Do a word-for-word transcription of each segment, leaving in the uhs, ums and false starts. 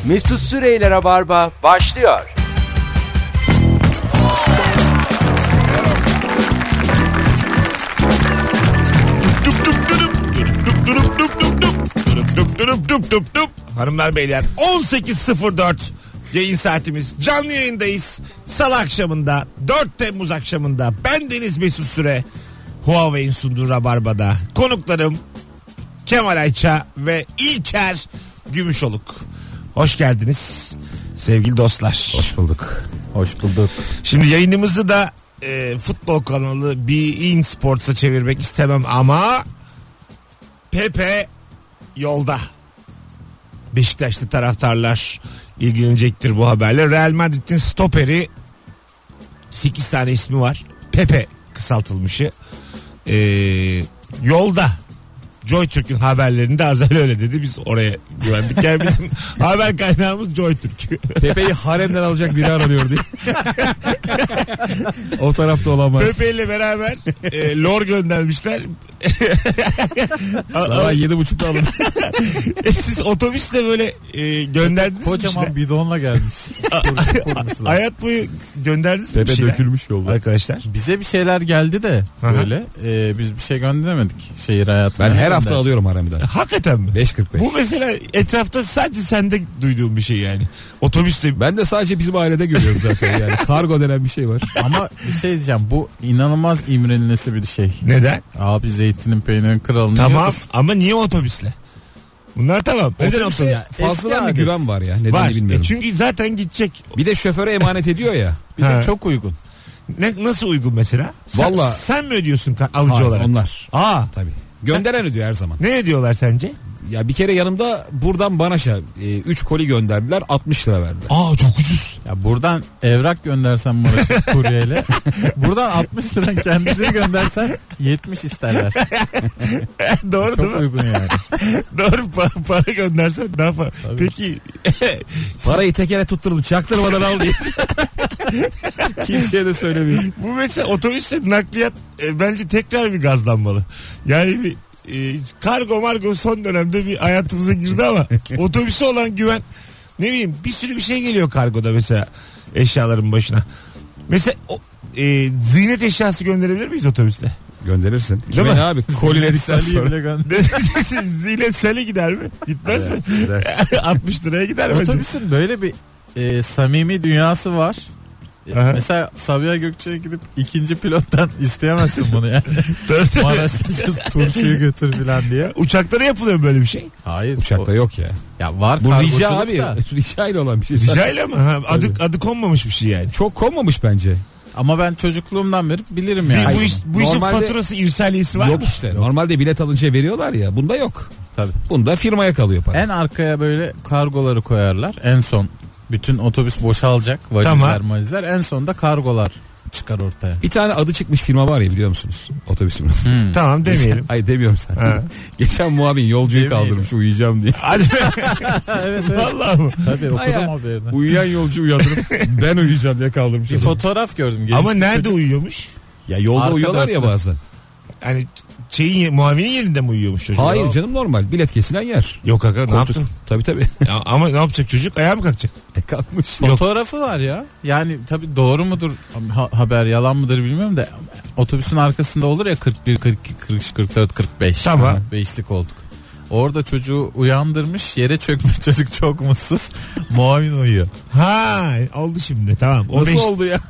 Mesut Süreyler'e Barba başlıyor. Hanımlar beyler, on sekiz sıfır dört yayın saatimiz, canlı yayındayız. Salı akşamında, dört Temmuz akşamında ben Deniz Mesut Süre, Huawei'in sunduğu Rabarba'da konuklarım Kemal Ayça ve İlker Gümüşoluk. Hoş geldiniz sevgili dostlar. Hoş bulduk. Hoş bulduk. Şimdi yayınımızı da e, futbol kanalı beIN Sports'a çevirmek istemem ama Pepe yolda. Beşiktaşlı taraftarlar ilgilenecektir bu haberle. Real Madrid'in stoperi, sekiz tane ismi var. Pepe kısaltılmışı. Ee, yolda. JoyTürk'ün haberlerinde Azel öyle dedi. Biz oraya güvendik. Yani bizim haber kaynağımız JoyTürk. Pepe'yi haremden alacak biri aranıyor diye. O tarafta olamaz. Pepe ile beraber e, lor göndermişler. Sabah yedi buçukta alın. E siz otobüsle böyle e, gönderdiniz mi? Kocaman işte? bidonla gelmiş. Hayat boyu gönderdiniz mi? Pepe dökülmüş yolda. Arkadaşlar. Bize bir şeyler geldi de böyle. E, biz bir şey gönderemedik şehir hayatına. Ben her hafta alıyorum haremden. Hakikaten mi? beş kırk beş. Bu mesela etrafta sadece sende duyduğum bir şey yani. Otobüste. Ben de sadece bizim ailede görüyorum zaten yani. Kargo denen bir şey var. Ama bir şey diyeceğim, bu inanılmaz imrenilesi bir şey. Neden? Abi zeytinin peynirin kralını Tamam yiyordur. ama niye otobüsle? Bunlar tamam. Neden Otobüse otobüs? fazladan bir adet. güven var ya. Neden Var. bilmiyorum. E çünkü zaten gidecek. Bir de şoföre emanet ediyor ya. Bir de Ha. çok uygun. Ne, nasıl uygun mesela? Sen, Vallahi- sen mi ödüyorsun ka- alıcı Hayır, olarak? onlar. Aa. Tabii. Gönderen ödüyor her zaman. Ne ediyorlar sence? Ya bir kere yanımda buradan Banaş'a üç koli gönderdiler, altmış lira verdiler. Aa çok ucuz. Ya buradan evrak göndersen Maraş'a kuryeyle. Buradan altmış lira kendisini göndersen yetmiş isterler. Doğru değil Çok mi? uygun yani. Doğru pa- para göndersen daha fazla. Peki. Parayı tekere tutturdum, çaktırmadan al diye. Kimseye de söylemiyorum. Bu mesela otobüsle nakliyat e, bence tekrar bir gazlanmalı. Yani bir e, kargo margo son dönemde bir hayatımıza girdi ama otobüse olan güven, ne bileyim, bir sürü bir şey geliyor kargoda mesela eşyaların başına. Mesela o, e, ziynet eşyası gönderebilir miyiz otobüsle? Gönderirsin. Değil Kime mi? ne abi? Koliledikten Salih sonra. bile gönder. Ziynet seli gider mi? Gitmez mi? Gider. altmış liraya gider mi? Otobüsün böyle bir e, samimi dünyası var. E, Aha. Mesela Sabiha Gökçen'e gidip ikinci pilottan isteyemezsin bunu yani. Maraş'a turşuyu götür falan diye. Uçaklara yapılıyor böyle bir şey. Hayır. Uçakta o- yok ya. Ya var Bu kargoculuk rica abi. da. Rica ile olan bir şey. Rica ile mi? Ha, adı, adı konmamış bir şey yani. Çok konmamış bence. Ama ben çocukluğumdan beri bilirim Bir- yani. bu, iş, bu işin Normalde- faturası, irsaliyesi var Yok mı? işte. Normalde bilet alınca veriyorlar ya. Bunda yok. Tabii. Bunda firmaya kalıyor para. En arkaya böyle kargoları koyarlar. En son bütün otobüs boşalacak. Valizler Tamam. valizler. En sonunda kargolar çıkar ortaya. Bir tane adı çıkmış firma var ya, biliyor musunuz? Otobüsümüz. Hmm. Tamam demeyelim. Hayır demiyorum sen. Ha. Geçen muavin yolcuyu Demeyelim. kaldırmış uyuyacağım diye. Hadi be. Evet evet. Vallahi mı? Tabii okudum Aya, haberini. Uyuyan yolcu uyandırıp ben uyuyacağım diye kaldırmış. Bir fotoğraf gördüm. Genç Ama bir nerede çocuk. uyuyormuş? Ya yolda Arkada uyuyorlar ya arkada. bazen. Yani şeyin, muavinin yerinde mi uyuyormuş çocuk? Hayır Yok. canım, normal. Bilet kesilen yer. Yok aga, ne Koltuk. yaptın? Tabii tabii. Ya, ama ne yapacak çocuk? Ayağa mı kalkacak? E, kalkmış. Fotoğrafı var ya. Yani tabii doğru mudur ha- haber, yalan mıdır bilmiyorum da otobüsün arkasında olur ya kırk bir, kırk iki, kırk üç, kırk dört, kırk beş. Tamam. Beşli koltuk. Orada çocuğu uyandırmış, yere çökmüş, çocuk çok mutsuz. Muavin uyuyor. Ha, oldu şimdi, tamam. O Nasıl beş- oldu ya?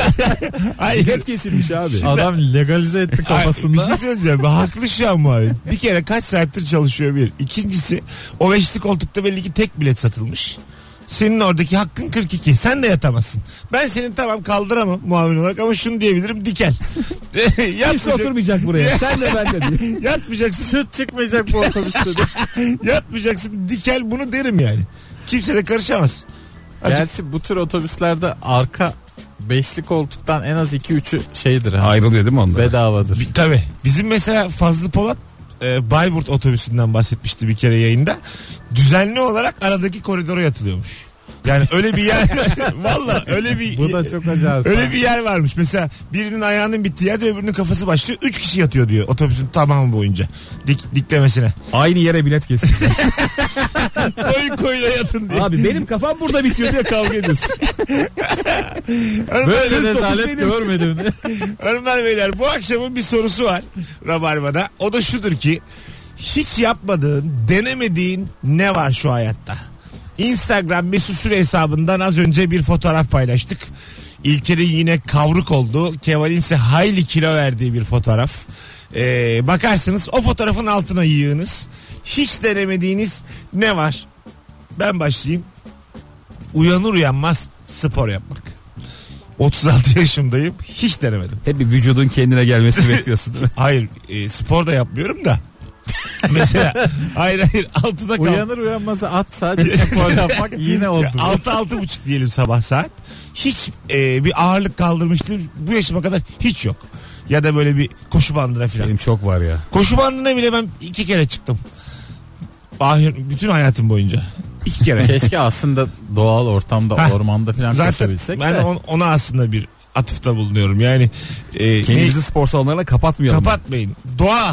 Hayır. Bilet kesilmiş abi. Adam legalize etti Ay, bir kafasında. şey söyleyeceğim. Haklı şu an muavin. Bir kere kaç saattir çalışıyor bir. İkincisi, o beşli koltukta belli ki tek bilet satılmış. Senin oradaki hakkın kırk iki. Sen de yatamazsın. Ben senin tamam kaldıramam muavin olarak ama şunu diyebilirim: dikel. Kimse Yatmayacak, oturmayacak buraya. Sen de ben de diye. yatmayacaksın. Süt çıkmayacak bu otobüste de. Yatmayacaksın, dikel, bunu derim yani. Kimse de karışamaz. Açık. Gerçi bu tür otobüslerde arka beşli koltuktan en az iki üçü şeydir ha. Ayrılıyor değil mi onlar? Bedavadır. Bi- Tabii. Bizim mesela Fazlı Polat e, Bayburt otobüsünden bahsetmişti bir kere yayında. Düzenli olarak aradaki koridora yatılıyormuş. Yani öyle bir yer valla öyle bir Bu da çok acayip. öyle bir yer varmış. Mesela birinin ayağının bittiği yerde öbürünün kafası başlıyor. Üç kişi yatıyor diyor otobüsün tamamı boyunca. Dik, diklemesine. Aynı yere bilet kesildi. Koyun Böyle yatın diye. Abi benim kafam burada bitiyor diye kavga ediyorsun. Böyle rezalet görmedim de. Hanımlar beyler, bu akşamın bir sorusu var Rabarba'da. O da şudur ki, hiç yapmadığın, denemediğin ne var şu hayatta? Instagram Mesut Süre hesabından az önce bir fotoğraf paylaştık. İlker'in yine kavruk olduğu, Kemal'in ise hayli kilo verdiği bir fotoğraf. Ee, bakarsınız o fotoğrafın altına yığınız. Hiç denemediğiniz ne var? Ben başlayayım. Uyanır uyanmaz spor yapmak. otuz altı yaşındayım, hiç denemedim. Hep bir vücudun kendine gelmesini bekliyorsun değil mi? Hayır, e, spor da yapmıyorum da. Mesela hayır hayır altıda kal. Uyanır uyanmaz at sadece spor yapmak yine oldu. altı altı buçuk diyelim sabah saat. Hiç e, bir ağırlık kaldırmıştım bu yaşıma kadar, hiç yok. Ya da böyle bir koşu bandına falan. Benim çok var ya. Koşu bandına bile ben iki kere çıktım. Bahir, bütün hayatım boyunca. İki kere. Keşke aslında doğal ortamda, Heh, ormanda falan zaten koşabilsek ben de. on, ona aslında bir atıfta bulunuyorum. Yani e, Kendimizi ne, spor salonlarına kapatmayalım. kapatmayın. Doğa.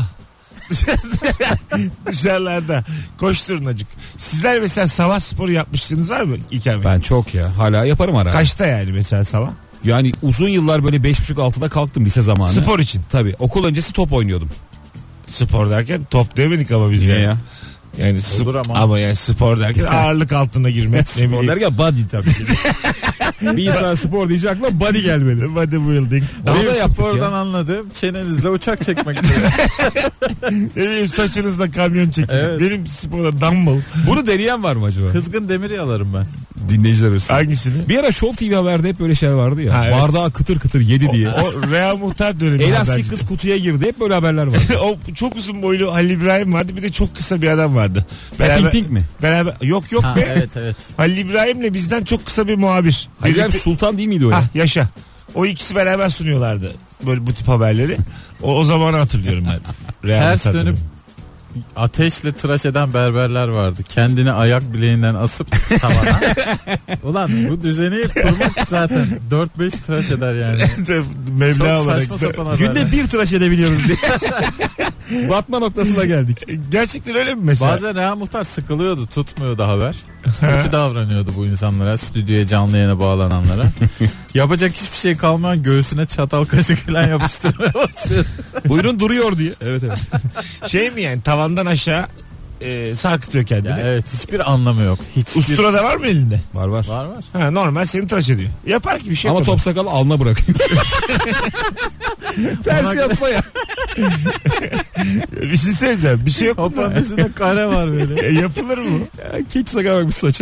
Dışarılarda koşturun acık. Sizler mesela sabah sporu yapmışsınız var mı İlker Bey? Ben çok ya. Hala yaparım ara. Kaçta yani mesela sabah? Yani uzun yıllar böyle beş buçuk altıda kalktım lise zamanı. Spor için. Tabii. Okul öncesi top oynuyordum. Spor derken top demedik ama biz de. Niye ya? Yani sp- Olur ama. ama yani spor derken ağırlık altına girmek. ne Spor bileyim. derken body tabii. Bir insan spor deyince aklına body gelmeli. Bodybuilding. Daha da Benim yaptık spordan ya. anladığım çenenizle uçak çekmek. Benim saçınızda kamyon çekin. Evet. Benim sporda dumbbell. Bunu deneyen var mı acaba? Kızgın demiri yalarım ben. Dinleyiciler arasında. Hangisini? Bir ara Show T V Haber'de hep böyle şeyler vardı ya. Ha, evet. Bardağı kıtır kıtır yedi diye. O Real Muhtar dönemi. Elastik haberci. kız kutuya girdi. Hep böyle haberler var. O çok uzun boylu Halil İbrahim vardı, bir de çok kısa bir adam vardı. Pink Pink mi? Beraber yok yok Ha, be. evet evet. Halil İbrahim'le bizden çok kısa bir muhabir. Hayır Birlikte- Sultan değil miydi o ya? Hah, yaşa. O ikisi beraber sunuyorlardı böyle bu tip haberleri. O, o zamanı hatırlıyorum ben. Real Ters Muhtar dönüp dönemi. ateşle tıraş eden berberler vardı. Kendini ayak bileğinden asıp tavana. Ulan bu düzeni kurmak zaten dört beş tıraş eder yani. Meblağ Çok olarak saçma da- sapan haberler. Günde bir tıraş edebiliyoruz diye. Batma noktasına geldik. Gerçekten öyle mi mesela? Bazen Reha Muhtar sıkılıyordu, tutmuyordu haber. Kötü davranıyordu bu insanlara, stüdyoya canlı yayına bağlananlara. Yapacak hiçbir şey kalmayan göğsüne çatal kaşık falan yapıştırmaya başlıyordu. Buyurun duruyor diye. Evet evet. Şey mi yani, tavandan aşağı e, sarkıtıyor kendini. Ya evet, hiçbir anlamı yok. Hiçbir... Ustura da var mı elinde? Var var. Var var. Ha, normal seni tıraş ediyor. Yapar ki bir şey Ama yok. top sakalı alnına bırakayım. Ters yapsa ya. Bir şey söyleyeceğim. Bir şey yok Toprağın bunda. üstünde kare var böyle. E, yapılır mı? Ya, keçi sakala bakmış saçı.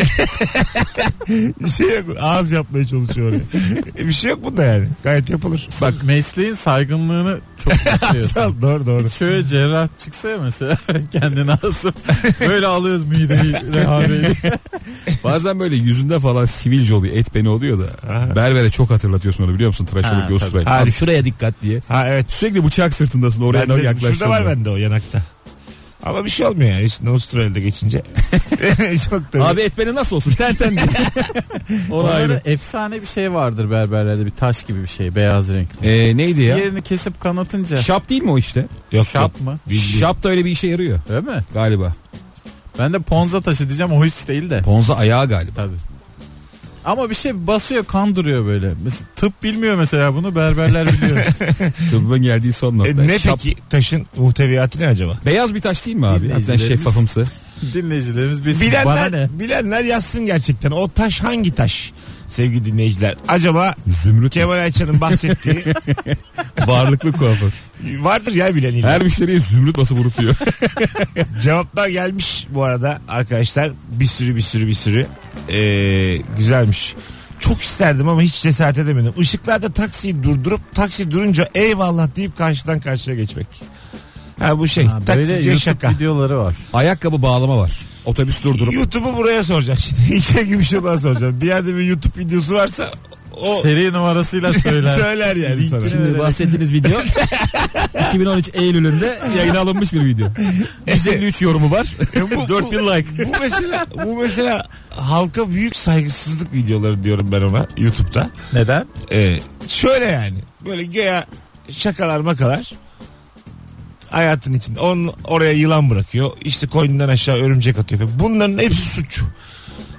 Bir şey yok. Ağız yapmaya çalışıyor oraya. E, bir şey yok bunda yani. Gayet yapılır. Bak mesleğin saygınlığını çok geçiyorsun. Doğru doğru. Şöyle cerrah çıksa ya mesela kendini asıp böyle alıyoruz mideyi rehabeyi. Bazen böyle yüzünde falan sivilce oluyor. Et beni oluyor da. Aha. Berbere çok hatırlatıyorsun onu, biliyor musun? Tıraşladık Ha, göz tabii. sırayla. Ha, Abi şuraya dikkat diye. Ha evet. Sürekli bıçak sırtındasın, oraya Ben doğru de, yaklaştın. şurada var bende o yanakta. Ama bir şey olmuyor yani. Üstüne Avustralya'da geçince. Çok da. Abi et beni nasıl olsun? Ten ten diye. Ona Onların ayrı. efsane bir şey vardır berberlerde, bir taş gibi bir şey, beyaz renkli. Ee, neydi ya? Yerini kesip kanatınca. Şap değil mi o işte? Yok, Şap yok. mı? Değil, değil. Şap da öyle bir işe yarıyor Öyle mi? galiba. Ben de ponza taşı diyeceğim, o hiç değil de. Ponza ayağı galiba. Tabii. Ama bir şey basıyor, kan duruyor böyle. Mesela, tıp bilmiyor mesela bunu, berberler biliyor. Tıbbın geldiği son nokta. E, ne Şap. peki taşın muhteviyatı ne acaba? Beyaz bir taş değil mi abi? Hatta Dinleyicilerimiz- şeffafımsı. Dinleyicilerimiz bilsin, bana ne? Bilenler, bilenler yazsın gerçekten. O taş hangi taş? Sevgili dinleyiciler. Acaba Zümrüt. Kemal Ayça'nın bahsettiği Varlıklı kuaför. vardır ya bilen illa. Her müşteriye zümrüt basıp vurutuyor. Cevaplar gelmiş bu arada arkadaşlar. Bir sürü bir sürü bir sürü. Ee, güzelmiş. Çok isterdim ama hiç cesaret edemedim. Işıklarda taksiyi durdurup taksi durunca eyvallah deyip karşıdan karşıya geçmek. Ha bu şey. Ha, böyle taksiciye YouTube şaka. videoları var. Ayakkabı bağlama var. Otobüs durdurup. YouTube'u buraya soracak şimdi. İlker gibi bir şey daha soracağım. Bir yerde bir YouTube videosu varsa o Seri numarasıyla söyler. söyler yani Linkini sana. Şimdi vererek. bahsettiğiniz video iki bin on üç Eylül'ünde yayına alınmış bir video. yüz elli üç yorumu var. E bu- dört bin like. Bu mesela bu mesela halka büyük saygısızlık videoları diyorum ben ona YouTube'da. Neden? Ee, şöyle yani böyle göya şakalar makalar hayatın içinde. Onun oraya yılan bırakıyor. İşte koynundan aşağı örümcek atıyor. Bunların hepsi suç.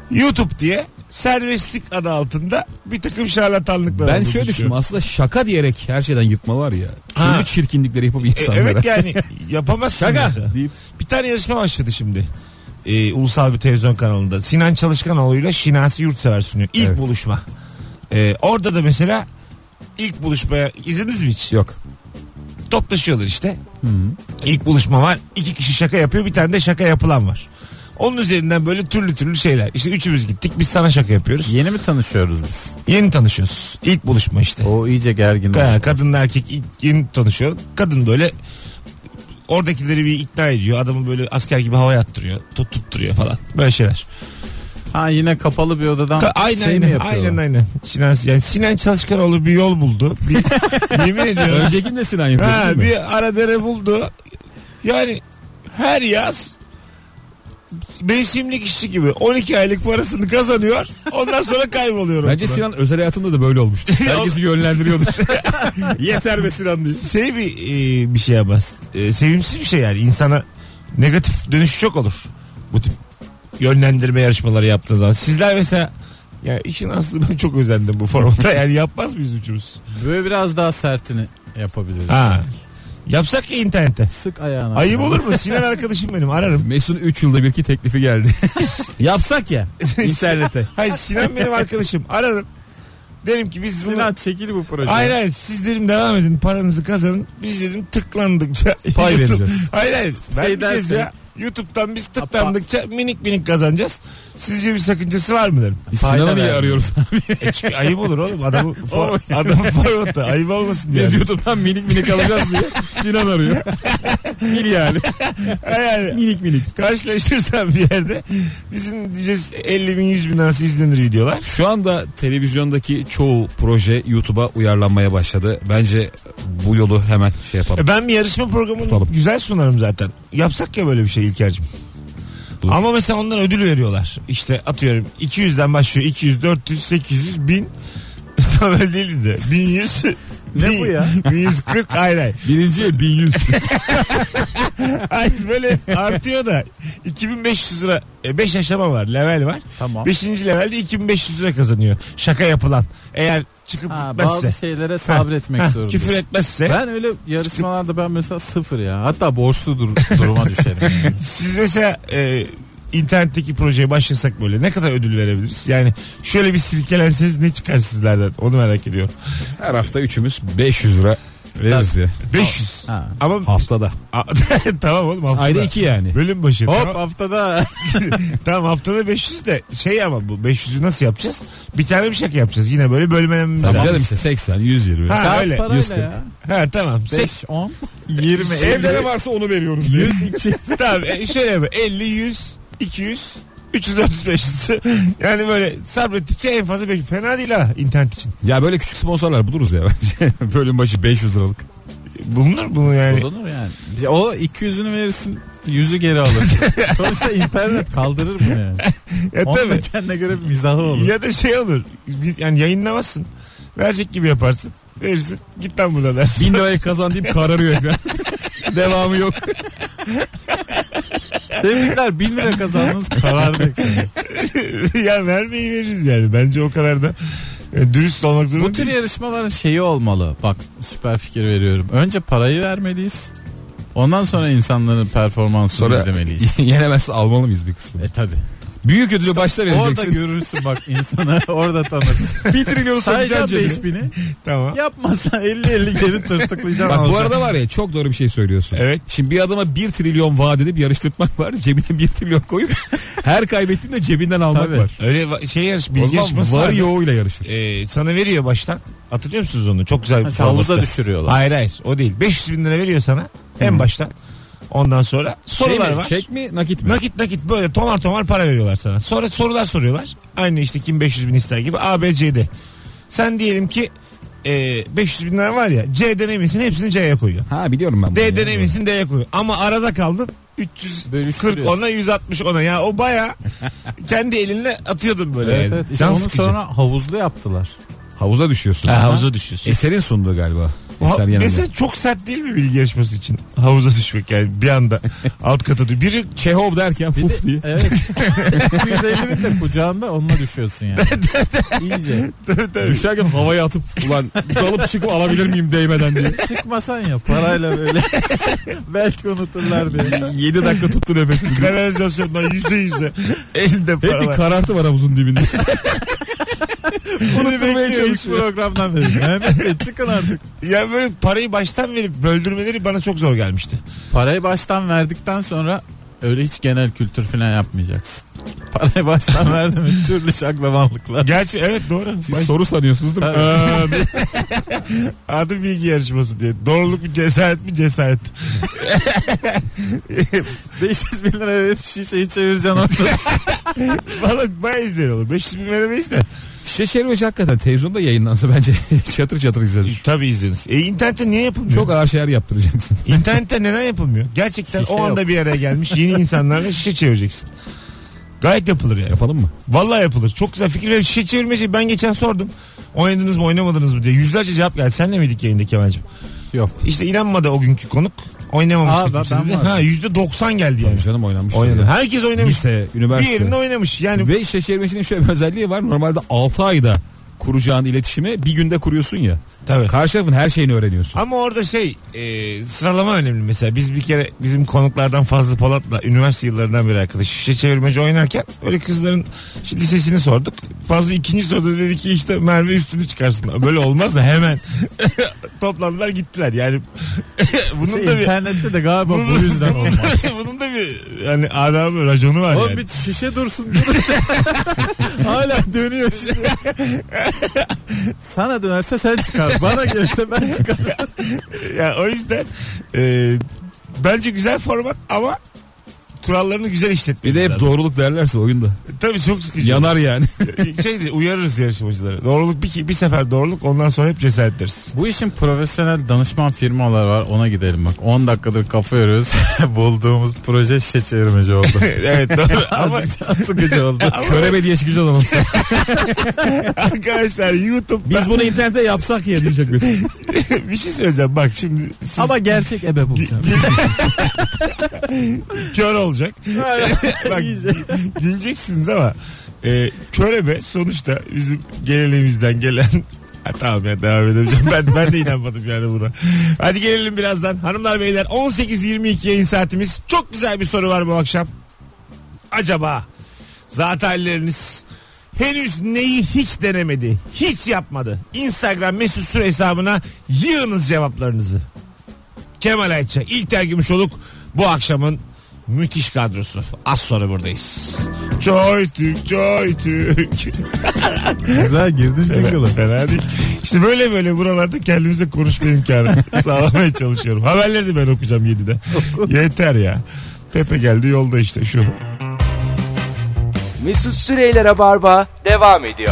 YouTube diye serbestlik adı altında bir takım şarlatanlıklar Ben olduğunu şöyle düşündüm, düşünüyorum. aslında şaka diyerek her şeyden yırtma var ya. Ha. Türlü çirkinlikleri yapıp E, insanlara. evet yani yapamazsın. Şaka mesela. deyip. Bir tane yarışma başladı şimdi. Ee, ulusal bir televizyon kanalında. Sinan Çalışkanoğlu'yla Şinasi Yurtsever sunuyor. İlk Evet. buluşma. Ee, orada da mesela ilk buluşmaya izlediniz mi hiç? Yok. Toplaşıyorlar işte. Hı-hı. İlk buluşma var. İki kişi şaka yapıyor. Bir tane de şaka yapılan var. Onun üzerinden böyle türlü türlü şeyler. İşte üçümüz gittik. Biz sana şaka yapıyoruz. Yeni mi tanışıyoruz biz? Yeni tanışıyoruz. İlk buluşma işte. O iyice gergin. Ka- Kadınla erkek ilk yeni tanışıyor. Kadın böyle oradakileri bir ikna ediyor. Adamı böyle asker gibi havaya attırıyor. Tut tutturuyor falan. Böyle şeyler. Ha yine kapalı bir odadan Ka- aynen şey mi aynen, yapıyorlar? aynen aynen. Sinan, yani Sinan Çalışkanoğlu bir yol buldu. Bir, yemin ediyorum. Öncekinde Sinan yapıyor Ha, değil mi? bir ara dere buldu. Yani her yaz mevsimlik işçi gibi on iki aylık parasını kazanıyor. Ondan sonra kayboluyor. Bence ortadan. Sinan özel hayatında da böyle olmuştu. Herkesi yönlendiriyordur. Yeter be Sinan diye. Şey bir e, bir şey yapmaz. E, sevimsiz bir şey yani. İnsana negatif dönüş çok olur. Bu tip yönlendirme yarışmaları yaptığı zaman. Sizler mesela ya işin aslı ben çok özendim bu formatta. Yani yapmaz mıyız üçümüz? Böyle biraz daha sertini yapabiliriz. Ha. Yapsak ya internette. Sık ayağına. Ayıp olur mu? Sinan arkadaşım benim, ararım. Mesut'un üç yılda bir ki teklifi geldi. Yapsak ya internete. Hayır, Sinan benim arkadaşım, ararım. Derim ki biz bunu... Sinan çekil bu proje. Hayır hayır, siz dedim devam edin, paranızı kazanın. Biz dedim tıklandıkça Pay YouTube- vereceğiz. Hayır hayır, vermeyeceğiz dersen- ya. YouTube'dan biz tıklandıkça minik minik kazanacağız. Sizce bir sakıncası var mı derim. Biz Sinan'ı niye vermiyor. arıyoruz abi? E çünkü ayıp olur oğlum, adamı for, adamı formatı ayıp olmasın diye. Biz YouTube'dan minik minik alacağız diye Sinan arıyor. Mini yani. Yani Minik minik. karşılaştırsan bir yerde bizim diyeceğiz elli bin yüz bin arası izlenir videolar. Şu anda televizyondaki çoğu proje YouTube'a uyarlanmaya başladı. Bence bu yolu hemen şey yapalım. E ben bir yarışma programını Tutalım. güzel sunarım zaten. Yapsak ya böyle bir şey İlker'cim. Dur. Ama mesela ondan ödül veriyorlar. İşte atıyorum iki yüzden başlıyor. iki yüz, dört yüz, sekiz yüz, bin. Tam öyle değildi de. bin yüz. Ne bu ya? bin yüz kırk, hayır hayır. Birinciye bin yüz. Hayır böyle artıyor da iki bin beş yüz lira, beş aşama var, level var. Tamam. beşinci levelde iki bin beş yüz lira kazanıyor. Şaka yapılan. Eğer çıkıp Ha, gitmezse. bazı şeylere sabretmek Heh, zorundayız. küfür etmezse. Ben öyle yarışmalarda ben mesela sıfır ya. Hatta borçlu dur- duruma düşerim. Yani. Siz mesela e, internetteki projeye başlasak böyle ne kadar ödül verebiliriz? Yani şöyle bir silkelenseniz ne çıkar sizlerden? Onu merak ediyorum. Her hafta üçümüz beş yüz lira veririz ya. beş yüz. Ha. Ama Haftada. A- tamam oğlum, haftada. Ayda iki yani. Bölüm başı. Hop Tamam, haftada. tamam haftada beş yüz de şey, ama bu beş yüzü nasıl yapacağız? Bir tane bir şaka yapacağız. Yine böyle bölmelerimiz Tabii lazım. canım işte seksen, yüz yirmi. Ha, Kağıt öyle. parayla yüz kırk. ya. Ha tamam. Sek- beş, on, yirmi, Evde ne elli. varsa onu veriyoruz. yüz, iki. tamam e, şöyle yapalım. elli, yüz, iki yüz, üç yüz, dört yüz, beş yüz. Yani böyle sabrettikçe en fazla beş yüz. Fena değil ha internet için. Ya böyle küçük sponsorlar buluruz ya bence. Bölüm başı beş yüz liralık. Bulunur bunu yani. Bulunur yani. O iki yüzünü verirsin, yüzü geri alır. Sonuçta internet kaldırır bunu yani. Ya Onun da tabii. kendine göre bir mizahı olur. Ya da şey olur. biz- Yani yayınlamazsın. Verecek gibi yaparsın. Verirsin. Git lan buradan dersin. Bin lirayı kazan deyip kararıyor ekran. Devamı yok. Tebrikler, bin lira kazandınız, karardı. Ya vermeyi veririz yani. Bence o kadar da e, dürüst olmak zorunda Bu tür değiliz. yarışmaların şeyi olmalı. Bak, süper fikir veriyorum. Önce parayı vermeliyiz. Ondan sonra insanların performansını Sonra izlemeliyiz. yenemezse almalı mıyız bir kısmını? E tabi. Büyük ödülü başta Orada vereceksin. görürsün bak insanı, orada tanırsın. Bir trilyonu Sayacağım sokacaksın beş cebine. bini. Tamam. Yapmasa elli elli geri tırtıklayacağım. Bak bu alacağım. arada var ya, çok doğru bir şey söylüyorsun. Evet. Şimdi bir adama bir trilyon vaat edip yarıştırmak var. Cebine bir trilyon koyup her kaybettiğinde cebinden almak Tabii. var. Öyle va- şey yarış, O bilgi zaman yarışması var vardı. yoğuyla yarışır. Ee, sana veriyor baştan. Hatırlıyor musunuz onu? Çok güzel bir Ha, havuza formatta. düşürüyorlar. Hayır hayır, o değil. beş yüz bin lira veriyor sana. En baştan. Ondan sonra sorular Şey mi, var. çek mi nakit mi? Nakit nakit böyle tomar tomar para veriyorlar sana. Sonra sorular soruyorlar. Aynı işte kim beş yüz bin ister gibi A, B, C'de. Sen diyelim ki e, beş yüz bin lira var ya, C'den eminsin, hepsini C'ye koyuyor. Ha biliyorum ben bunu. D'den ya. eminsin, D'ye koyuyor. Ama arada kaldın, üç yüz kırk Bölüştürüyorsun. ona, yüz altmış ona. Ya o baya kendi elinle atıyordun böyle. Evet, yani. evet. İşte Can onu sıkıcı. sonra havuzlu yaptılar. Havuza düşüyorsun. Ha, havuza düşüyorsun. Eser'in sunduğu galiba. Ha, Eser mesela çok sert değil mi bilgi yarışması için? Havuza düşmek yani bir anda alt kata düşüyor. Biri Çehov derken fuf diye. Evet. iki yüz elli bin de kucağında onunla düşüyorsun yani. İyice. tabii, tabii. Düşerken havaya atıp ulan dalıp çıkıp alabilir miyim değmeden diye. Çıkmasan ya parayla böyle. Belki unuturlar diye. yedi dakika tuttu nefesini. Kanalizasyondan yüze yüze elinde Hep bir paralar. karartı var havuzun dibinde. Unutturmaya çalışıyor. Programdan dedim. Mehmet Bey çıkın artık. Ya böyle parayı baştan verip böldürmeleri bana çok zor gelmişti. Parayı baştan verdikten sonra öyle hiç genel kültür falan yapmayacaksın. Parayı baştan verdi mi türlü şaklavanlıklar. Gerçi evet doğru. Siz Baş... soru sanıyorsunuz değil mi? Adı bilgi yarışması diye. Doğruluk mu cesaret mi cesaret. beş yüz bin lira verip şişeyi çevireceksin orada. Valla bayağı izleyen olur. beş yüz bin veremeyiz de. Şişe çevirmeci hakikaten televizyonda yayınlansa bence çatır çatır izlenir. Tabii izlenir. E internette niye yapılmıyor? Çok ağır şeyler yaptıracaksın. İnternette neden yapılmıyor? Gerçekten Şişe o anda yok. bir araya gelmiş yeni insanlarla şişe çevireceksin. Gayet yapılır yani. Yapalım mı? Vallahi yapılır. Çok güzel fikir. Ve şişe çevirmeci ben geçen sordum. Oynadınız mı oynamadınız mı diye. Yüzlerce cevap geldi. Senle miydik yayında Kemal'cim? Yok. İşte inanmadı o günkü konuk. Oynamamıştık. Aa, ben- ben vardım. ha yüzde doksan geldi yani. Tabii canım oynamış. Oynadı. Ya. Herkes oynamış. Lise, Bir üniversite. yerinde oynamış. Yani Ve şişe çevirmecinin şöyle bir özelliği var. Normalde altı ayda kuracağın iletişimi bir günde kuruyorsun ya. tabii. Karşı tarafın her şeyini öğreniyorsun. Ama orada şey e, sıralama önemli mesela. Biz bir kere bizim konuklardan Fazlı Polat'la üniversite yıllarından beri arkadaş şişe çevirmeci oynarken öyle kızların işte lisesini sorduk. Fazlı ikinci soruda dedi ki işte Merve üstünü çıkarsın. Böyle olmaz da hemen toplandılar gittiler. Yani bunun Şey, da bir internette de galiba bu bunun, yüzden bunun, olmaz. bunun da bir yani adamı raconu var Oğlum yani. bir şişe dursun. Hala dönüyor şişe. Sana dönerse sen çıkar. Bana gelirse ben çıkarım. Yani o yüzden e, bence güzel format ama kurallarını güzel Bir işletmemiz de hep lazım. doğruluk derlerse oyunda. Tabii çok sıkıcı. Yanar yani. şey de uyarırız yarışmacıları. Doğruluk bir, bir sefer doğruluk ondan sonra hep cesaret deriz. Bu işin profesyonel danışman firmaları var, ona gidelim bak. on dakikadır kafa yoruyoruz. Bulduğumuz proje şişe çevirmeci oldu. Evet doğru ama, Azıcık can sıkıcı oldu. Körebe diye çıkacağız ama. arkadaşlar YouTube'da Biz bunu internette yapsak ya diyecek mesela. bir şey söyleyeceğim bak şimdi siz Ama gerçek ebe bulacağım. kör olacak. Bak güleceksiniz ama e, körebe sonuçta bizim geleneğimizden gelen ha, tamam ya devam edeceğim. Ben, ben de inanmadım yani buna. Hadi gelelim birazdan. Hanımlar beyler on sekiz yirmi iki yayın saatimiz. Çok güzel bir soru var bu akşam. Acaba zat halleriniz henüz neyi hiç denemedi, hiç yapmadı? Instagram mesut süre hesabına yığınız cevaplarınızı. Kemal Ayça, İlker Gümüşoluk bu akşamın müthiş kadrosu. Az sonra buradayız. Joy Türk, Joy Türk. Güzel girdin jingle'a. Fena değil. İşte böyle böyle buralarda kendimize konuşma imkanı sağlamaya çalışıyorum. Haberleri de ben okuyacağım yedide. Yeter ya. Pepe geldi yolda işte şu. Mesut Süreyler'e barba devam ediyor.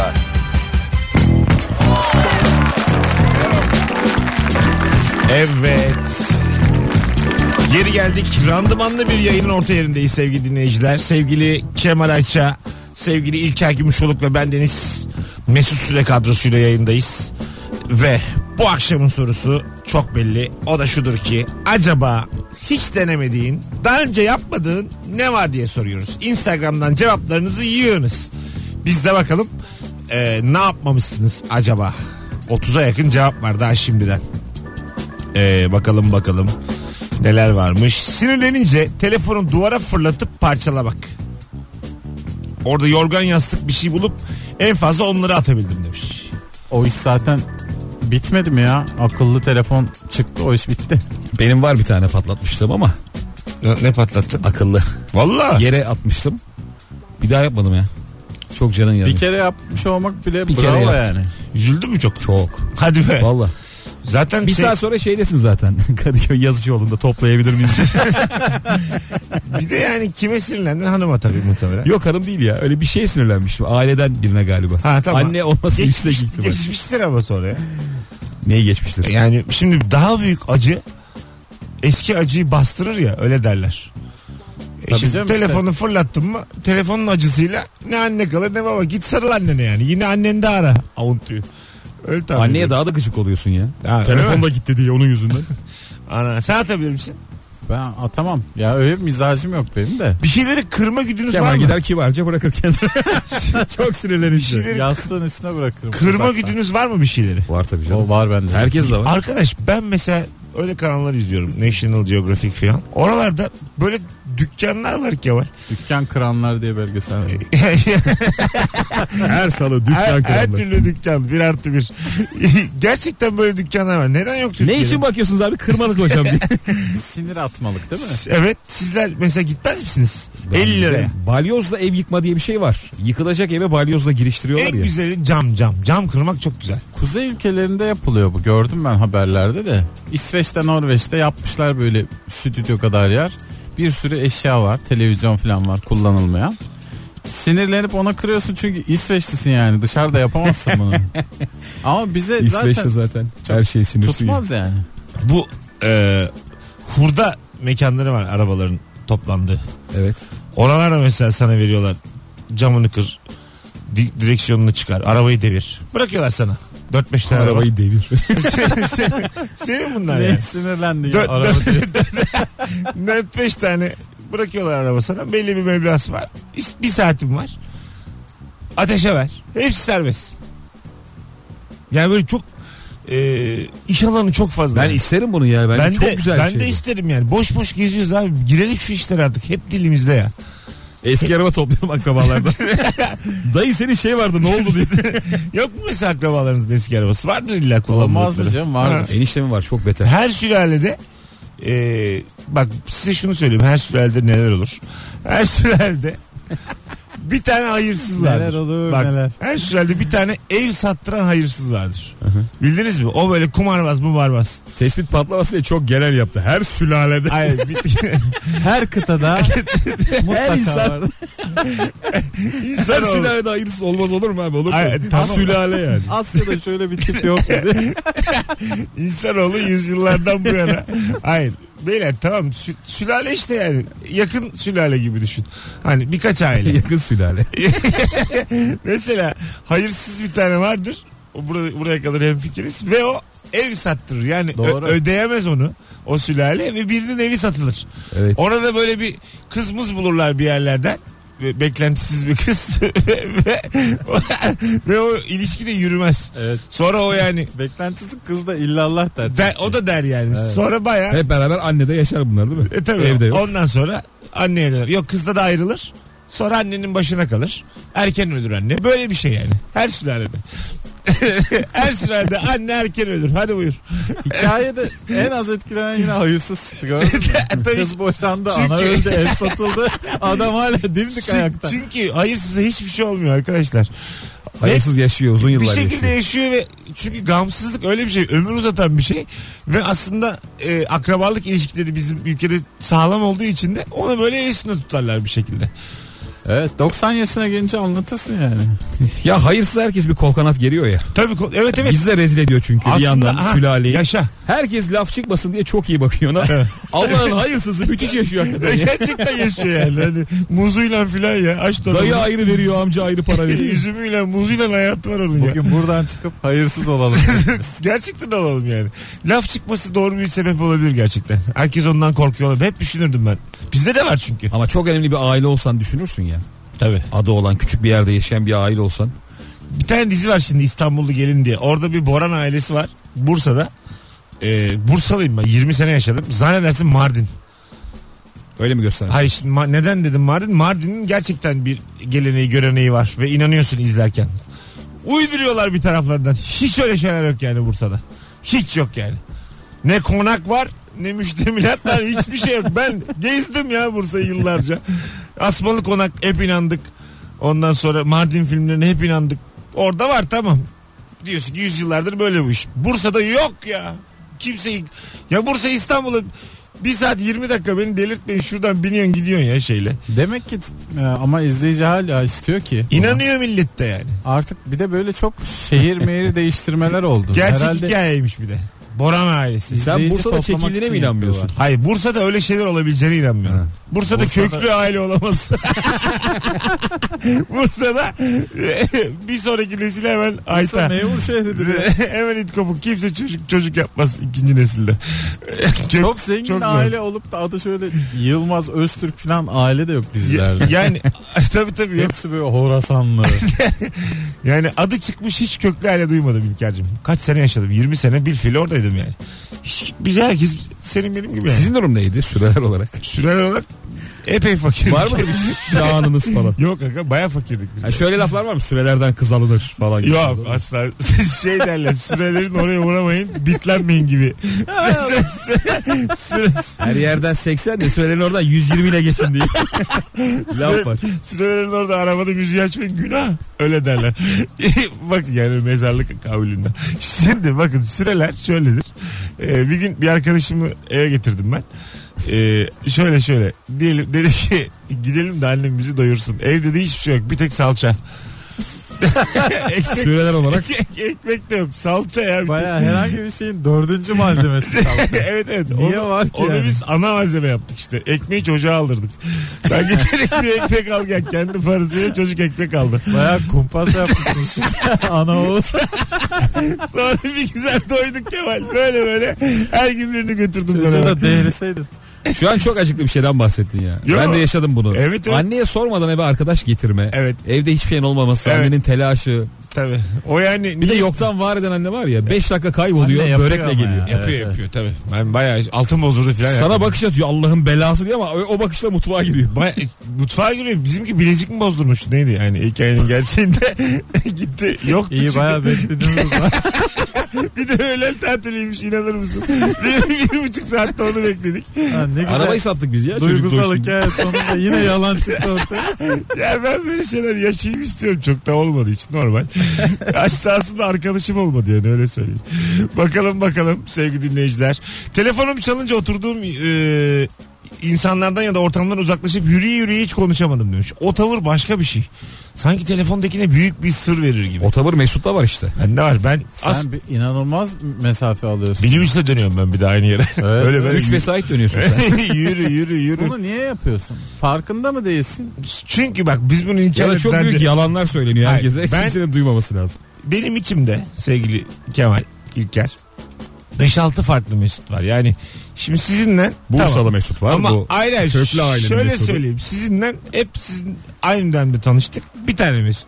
Evet. Geri geldik. Randımanlı bir yayının orta yerindeyiz sevgili dinleyiciler. Sevgili Kemal Ayça, sevgili İlker Gümüşoluk ve bendeniz Mesut Süre kadrosuyla yayındayız. Ve bu akşamın sorusu çok belli. O da şudur ki acaba hiç denemediğin, daha önce yapmadığın ne var diye soruyoruz. Instagram'dan cevaplarınızı yığınız. Biz de bakalım e, ne yapmamışsınız acaba. otuza yakın cevap var daha şimdiden. E, bakalım bakalım neler varmış. Sinirlenince telefonu duvara fırlatıp parçalamak. Orada yorgan yastık bir şey bulup en fazla onları atabildim demiş. O iş zaten bitmedi mi ya? Akıllı telefon çıktı, o iş bitti. Benim var bir tane patlatmıştım ama Ne, ne patlattın? akıllı. Valla. Yere atmıştım. Bir daha yapmadım ya. Çok canın yanıyor. Bir kere yapmış olmak bile Bir kere bravo yaptım. yani. Üzüldün mü çok? Çok. Hadi be. Valla. Zaten Bir şey, saat sonra şeydesin zaten. Kadıköy Yazıcıoğlu'nda toplayabilir miyiz? bir de yani kime sinirlendin? Hanıma tabii muhtemelen. Yok hanım değil ya. Öyle bir şeye sinirlenmiştim. Aileden birine galiba. Ha, tamam. Anne olması yüksek Geçmiş, ihtimal. geçmiştir ama sonra ya. Neyi geçmiştir? Yani şimdi daha büyük acı eski acıyı bastırır ya öyle derler. E Tabii şimdi canım telefonu fırlattın mı telefonun acısıyla ne anne kalır ne baba git sarıl annene yani. Yine annen de ara avuntuyu. Öyle tahmin Anneye ediyorum. daha da gıcık oluyorsun ya. Ha, Telefon da gitti diye onun yüzünden. Ana, sen atabilir misin? Ben atamam. Ya öyle bir mizacım yok benim de. Bir şeyleri kırma güdünüz var Kemal mı? gider kibarca bırakır kendini. Çok Bir sinirlenince. şeyleri- Yastığın üstüne bırakırım. Kırma uzaktan. güdünüz var mı bir şeyleri? Var tabii canım. O var bende. Herkes de var. Arkadaş ben mesela öyle kanallar izliyorum. National Geographic falan. Oralarda böyle dükkanlar var Kemal. Dükkan kıranlar diye belgesel var. Her salı dükkan her, her kıranlar. türlü dükkan. Bir artı bir. Gerçekten böyle dükkanlar var. Neden yok Türkiye'de? Ne için bakıyorsunuz abi? Kırmalık hocam diye. Sinir atmalık değil mi? Evet, sizler mesela gitmez misiniz? elli liraya. Balyozla ev yıkma diye bir şey var. Yıkılacak eve balyozla giriştiriyorlar En ya. güzeli cam cam. Cam kırmak çok güzel. Kuzey ülkelerinde yapılıyor bu. Gördüm ben haberlerde de. İsveç'te, Norveç'te yapmışlar böyle stüdyo kadar yer. Bir sürü eşya var. Televizyon falan var kullanılmayan. Sinirlenip ona kırıyorsun çünkü İsveçlisin yani. Dışarıda yapamazsın bunu. Ama bize İsveç'te zaten zaten her şey sinirsi. tutmaz yani. Bu e, hurda mekanları var arabaların toplandığı. Evet. Oralarda mesela sana veriyorlar. Camını kır. di- direksiyonunu çıkar. Arabayı devir. Bırakıyorlar sana. dört beş tane Arabayı araba. devir. senin, senin, senin bunlar Ne yani. sinirlendin ya Dört- araba diye. dört beş tane bırakıyorlar araba sana. Belli bir meblası var. Bir saatin var. Ateşe ver. Hepsi serbest. Yani böyle çok e, iş alanı çok fazla. Ben isterim bunu ya. Bence ben çok de, güzel ben bir şey. de bu. isterim yani. Boş boş geziyoruz abi. Girelim şu işlere artık. Hep dilimizde ya. Eski araba toplayalım akrabalardan. Dayı senin şey vardı ne oldu diye. Yok mu mesela akrabalarınızın eski arabası? Vardır illa Olmaz kullanmadıkları. mı canım? Vardır. Eniştemin var çok beter. Her sülalede e, bak size şunu söyleyeyim. Her sülalede neler olur? Her sülalede bir tane hayırsız vardır. Neler olur, bak, neler. Her sülalede bir tane ev sattıran hayırsız vardır. Bildiniz mi? O böyle kumarbaz mubarbaz. Tespit patlaması diye çok genel yaptı. Her sülalede. Hayır, bir, Her kıtada mutlaka Her insan- var. Her insan olur. sülalede hayırsız olmaz olur mu abi? Olur mu? Ay, tamam. Sülale yani. Asya'da şöyle bir tip yok dedi. İnsanoğlu yüzyıllardan bu yana. Hayır. Beyler tamam sü- sülale işte yani. Yakın sülale gibi düşün. Hani birkaç aile. Yakın sülale. Mesela hayırsız bir tane vardır. O buraya, buraya kadar hemfikiriz. Ve o ev sattırır. Yani ö- Doğru. ödeyemez onu. O sülale ve birinin evi satılır. Evet. Ona da böyle bir kızımız bulurlar bir yerlerden. Ve beklentisiz bir kız. ve, ve, ve o ilişki de yürümez. Evet. Sonra o yani Beklentisi kız da illallah der. der, o da der yani. Evet. Sonra bayağı Hep beraber annede yaşar bunlar değil mi? E tabii Evde yok. ondan sonra anneye döner. Yok kız da ayrılır. Sonra annenin başına kalır. Erken ölür anne. Böyle bir şey yani. Her sülalede. Her sülalede anne erken ölür. Hadi buyur. Hikayede en az etkilenen yine hayırsız çıktı gördün mü? Tabii. Kız boşandı, Çünkü- ana öldü, ev satıldı. Adam hala dimdik Çünkü, ayakta. çünkü hayırsıza hiçbir şey olmuyor arkadaşlar. Hayırsız yaşıyor uzun Bir yıllar şekilde yaşıyor. yaşıyor ve çünkü gamsızlık öyle bir şey. Ömür uzatan bir şey. Ve aslında e, akrabalık ilişkileri bizim ülkede sağlam olduğu için de onu böyle el üstünde tutarlar bir şekilde. Evet, doksan yaşına gelince anlatırsın yani. Ya hayırsız herkes bir kol kanat geriyor ya. Tabii ko- evet evet. Biz de rezil ediyor çünkü bir yandan ha, sülaleyi. yaşa. Herkes laf çıkmasın diye çok iyi bakıyor ona. Allah'ın hayırsızı müthiş yaşıyor hakikaten. ya. Gerçekten yaşıyor yani. Hani muzuyla filan ya. Aç Dayı dolabını. ayrı veriyor, amca ayrı para veriyor. Üzümüyle muzuyla hayatı var onun ya. Bugün buradan çıkıp hayırsız olalım. Gerçekten olalım yani. Laf çıkması doğru bir sebep olabilir gerçekten. Herkes ondan korkuyor olabilir. Hep düşünürdüm ben. Bizde de var çünkü. Ama çok önemli bir aile olsan düşünürsün ya. Tabii. Adı olan küçük bir yerde yaşayan bir aile olsan. Bir tane dizi var şimdi İstanbullu Gelin diye. Orada bir Boran ailesi var. Bursa'da. Ee, Bursalıyım ben. yirmi sene yaşadım. Zannedersin Mardin. Öyle mi göstermiş? Hayır şimdi ma- neden dedim Mardin? Mardin'in gerçekten bir geleneği göreneği var. Ve inanıyorsun izlerken. Uyduruyorlar bir taraflardan. Hiç öyle şeyler yok yani Bursa'da. Hiç yok yani. Ne konak var ne müştemilat var, hiçbir şey yok. Ben gezdim ya Bursa'yı yıllarca. Asmalı Konak hep inandık. Ondan sonra Mardin filmlerine hep inandık. Orada var tamam. Diyorsun ki yüzyıllardır böyle bu iş. Bursa'da yok ya. Kimse ya Bursa İstanbul'a bir saat yirmi dakika beni delirtmeyin, şuradan biniyorsun gidiyorsun ya şeyle. Demek ki e, ama izleyici hala istiyor ki. İnanıyor millet de yani. Artık bir de böyle çok şehir mehir değiştirmeler oldu. Gerçek Herhalde hikayeymiş bir de. Boran ailesi. Sen İzleyici Bursa'da toplamak çekildiğine mi için inanmıyorsun? yapıyorlar. Hayır, Bursa'da öyle şeyler olabileceğine inanmıyorum. Ha. Bursa'da, Bursa'da- köklü aile olamaz. Bursa'da bir sonraki nesil hemen Bursa Ayta. memur şehridir. Hemen it kopuk. Kimse çocuk çocuk yapmaz ikinci nesilde. Kök- Çok zengin çok zor. aile olup da adı şöyle Yılmaz Öztürk falan aile de yok Ya- dizilerde. yani tabii tabii yok. Hepsi böyle Horasanlı. Yani adı çıkmış hiç köklü aile duymadım İlker'cim. Kaç sene yaşadım? yirmi sene bilfiil oradaydım yani. Hiç, biz herkes senin benim gibi yani. Sizin durum neydi süreler olarak? Süreler olarak epey fakirdik. Var mıdır bir şanınız falan? Yok kanka baya fakirdik biz. Ha şöyle laflar var mı? Sürelerden kız alınır falan gibi. Yok asla. Şey derler, sürelerin oraya uğramayın, bitlenmeyin gibi. Süre, Her yerden seksen de sürelerin oradan yüz yirmi ile geçin diye. Laf var. sürelerin orada arabada müziği açmayın, günah. Öyle derler. Bakın yani mezarlık kavlünden. Şimdi bakın süreler şöyledir. Ee, bir gün bir arkadaşımı eve getirdim ben. Ee, şöyle şöyle diyelim, dedi ki gidelim de annem bizi doyursun. Evde de hiçbir şey yok, bir tek salça. ekmek, Süreler olarak. ekmek de yok, salça ya. Baya herhangi bir şeyin dördüncü malzemesi salça. Evet evet. Niye onu, var ki onu yani? biz ana malzeme yaptık işte. Ekmeği çocuğa aldırdık. Ben getirip bir ekmek al gel. Kendi parasıyla çocuk ekmek aldı. Baya kumpas yapmışsınız siz. Ana Oğuz. Sonra bir güzel doyduk Kemal. Böyle böyle her gün birini götürdüm Çocuğu bana. da değerleseydin. Şu an çok acıklı bir şeyden bahsettin ya. Yo. Ben de yaşadım bunu. Evet, evet. Anneye sormadan eve arkadaş getirme. Evet. Evde hiçbir şeyin olmaması. Evet. Annenin telaşı. Tabii. O yani Bir de yoktan var eden anne var ya. beş dakika kayboluyor. Anne yapıyor Börekle ama geliyor. ya. yapıyor Evet, yapıyor tabii. Ben bayağı altın bozdurdu falan. Sana yapıyor. bakış atıyor Allah'ın belası diye ama o, o bakışla mutfağa giriyor. Baya, mutfağa giriyor. Bizimki bilezik mi bozdurmuş? Neydi yani hikayenin gerçeğinde gitti. Yoktu İyi çünkü. baya beklediniz. Bir de öğlen tatiliymiş, inanır mısın? bir, bir buçuk saatte onu bekledik. Ha, ne güzel. Arabayı sattık biz ya. Duygusal Çocuk hikaye sonunda yine yalan çıktı ortaya. Ya ben böyle şeyler yaşayayım istiyorum. Çok da olmadığı için normal. Aslında aslında arkadaşım olmadı yani, öyle söyleyeyim. Bakalım bakalım sevgili dinleyiciler. Telefonum çalınca oturduğum e, insanlardan ya da ortamdan uzaklaşıp yürüye yürüye hiç konuşamadım demiş. O tavır başka bir şey. Sanki telefondakine büyük bir sır verir gibi. O tavır Mesut'ta var işte. Bende var. Ben Sen as- bir inanılmaz mesafe alıyorsun. minibüsle dönüyorum ben bir de aynı yere. Evet, Öyle evet. böyle Üç vesait dönüyorsun sen. yürü yürü yürü. Bunu niye yapıyorsun? Farkında mı değilsin? Çünkü bak biz bunu Ya da internetten çok büyük yalanlar söyleniyor Hayır, herkese. ben- Kimsenin duymaması lazım. benim içimde sevgili Kemal İlker beş altı farklı Mesut var. Yani şimdi sizinle Bursalı tamam. Mesut var. Ama bu aile köklü ailenin şöyle Mesut'u. söyleyeyim. Sizinle hep sizin aynı dönemde tanıştık. Bir tane Mesut.